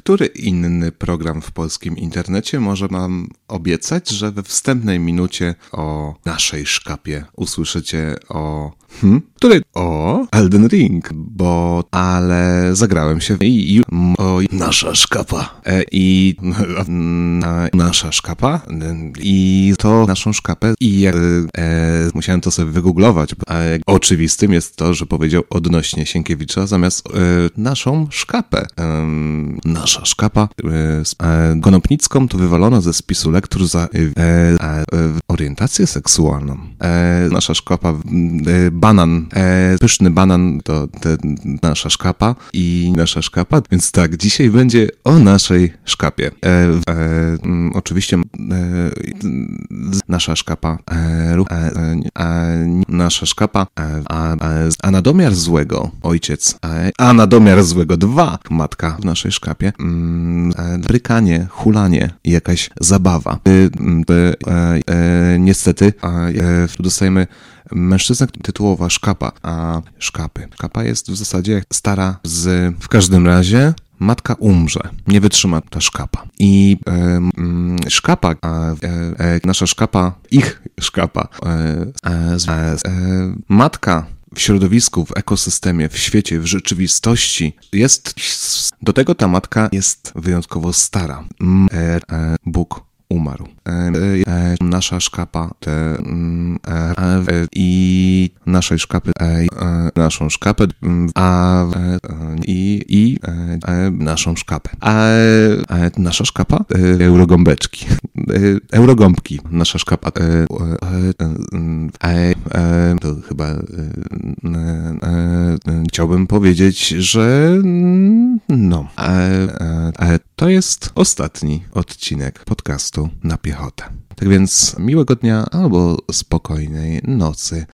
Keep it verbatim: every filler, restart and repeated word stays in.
który inny program w polskim internecie może nam obiecać, że we wstępnej minucie o naszej szkapie usłyszycie o... Hmm? Który? O Elden Ring, bo... ale zagrałem się i... i o nasza szkapa. E, I... Na, nasza szkapa. I to naszą szkapę. I jak... E, musiałem to sobie wygooglować. E, oczywistym jest to, że powiedział odnośnie Sienkiewicza zamiast e, naszą szkapę. E, nasza szkapa. E, Konopnicką to wywalono ze spisu lektur za e, e, orientację seksualną. E, nasza szkapa... E, banan. E, pyszny banan to te, nasza szkapa i nasza szkapa. Więc tak, dzisiaj będzie o naszej szkapie. E, e, m, oczywiście e, nasza szkapa e, e, e, nasza szkapa e, a, a na domiar złego ojciec, e, a na domiar złego dwa matka w naszej szkapie. Mm, e, brykanie, hulanie i jakaś zabawa. E, e, e, niestety e, dostajemy mężczyznę tytułowa szkapa, a szkapy. Szkapa jest w zasadzie stara z... W każdym razie matka umrze. Nie wytrzyma ta szkapa. I e, m, szkapa, e, e, nasza szkapa, ich szkapa, e, e, e, matka w środowisku, w ekosystemie, w świecie, w rzeczywistości jest... Do tego ta matka jest wyjątkowo stara. E, e, Bóg umarł. E, e, nasza szkapa te, e, e, i naszej szkapy e, e, naszą szkapę a e, i, i e, naszą szkapę. A e, nasza szkapa e, eurogąbeczki. E, eurogąbki. Nasza szkapa e, e, e, to chyba e, e, chciałbym powiedzieć, że no e, e, to jest ostatni odcinek podcastu Na Piechotę. Tak więc miłego dnia albo spokojnej nocy,